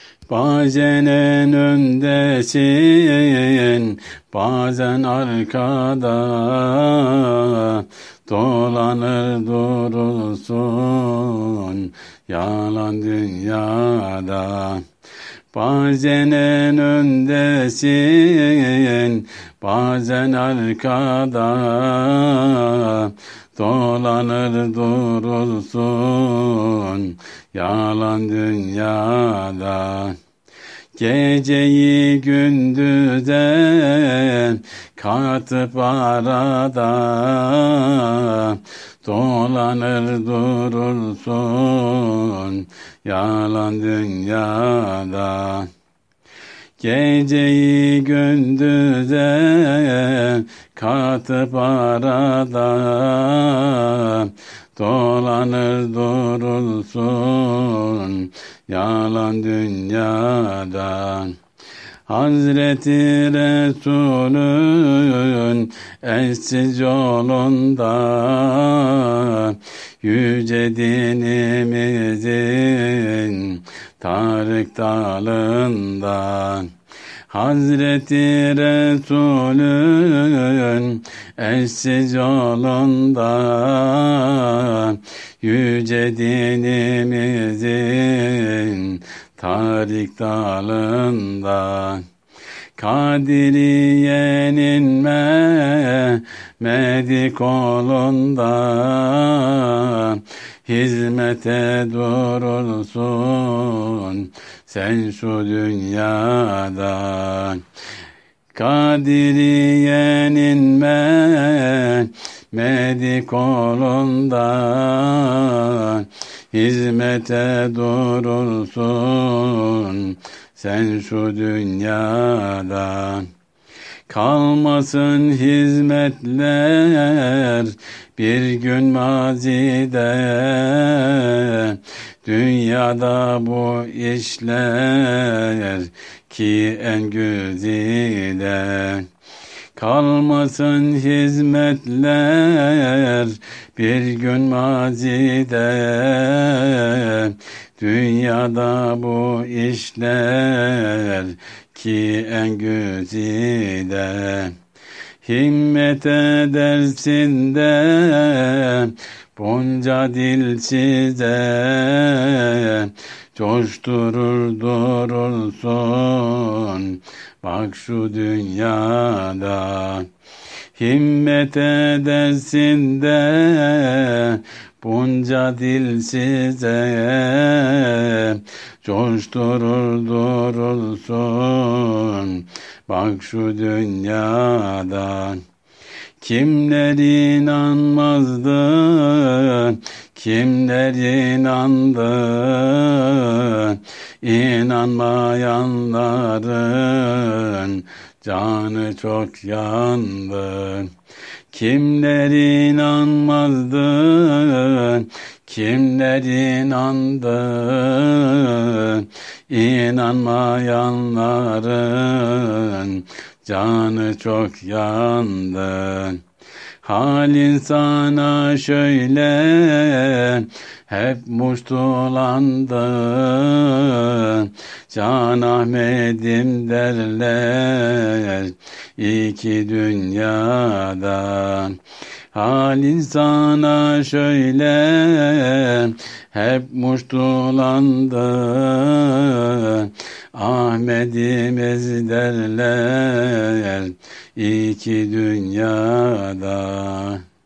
Bazen en öndesin, bazen arkada, dolanır durursun yalan dünyada. Bazen en öndesin, bazen arkada, dolanır durursun yalan dünyada. Geceyi gündüze katıp arada, dolanır durursun yalan dünyada. Geceyi gündüze katıp arada, dolanır durursun yalan dünyada. Hazreti Resulün eşsiz yolunda, yüce dinimizin Tarık dalında. Hazreti Resulün eşsiz yolunda, yüce dinimizin Tarık dalında. Kadiriye'nin Mehmedi kolunda, hizmete durursun sen şu dünyada. Kadiriye'nin Mehmedi kolunda, hizmete durursun sen şu dünyada. Kalmasın hizmetler bir gün mazide, dünyada bu işler ki en güzide. Kalmasın hizmetler bir gün mazide, dünyada bu işler ki en güzide. Himmet edersin de bunca dil size, coşturur durursun bak şu dünyada. Himmet edersin de bunca dil size, coşturur durursun bak şu dünyada. Kimler inanmazdı, kimler inandı, İnanmayanların canı çok yandı. Kimler inanmazdı, kimler inandı, İnanmayanların canı çok yandı. Halin sana şöyle hep muştulandı, Can Ahmet'im derler iki dünyada. Halin sana şöyle hep muştulandı, Ahmet'imiz derler iki dünyada.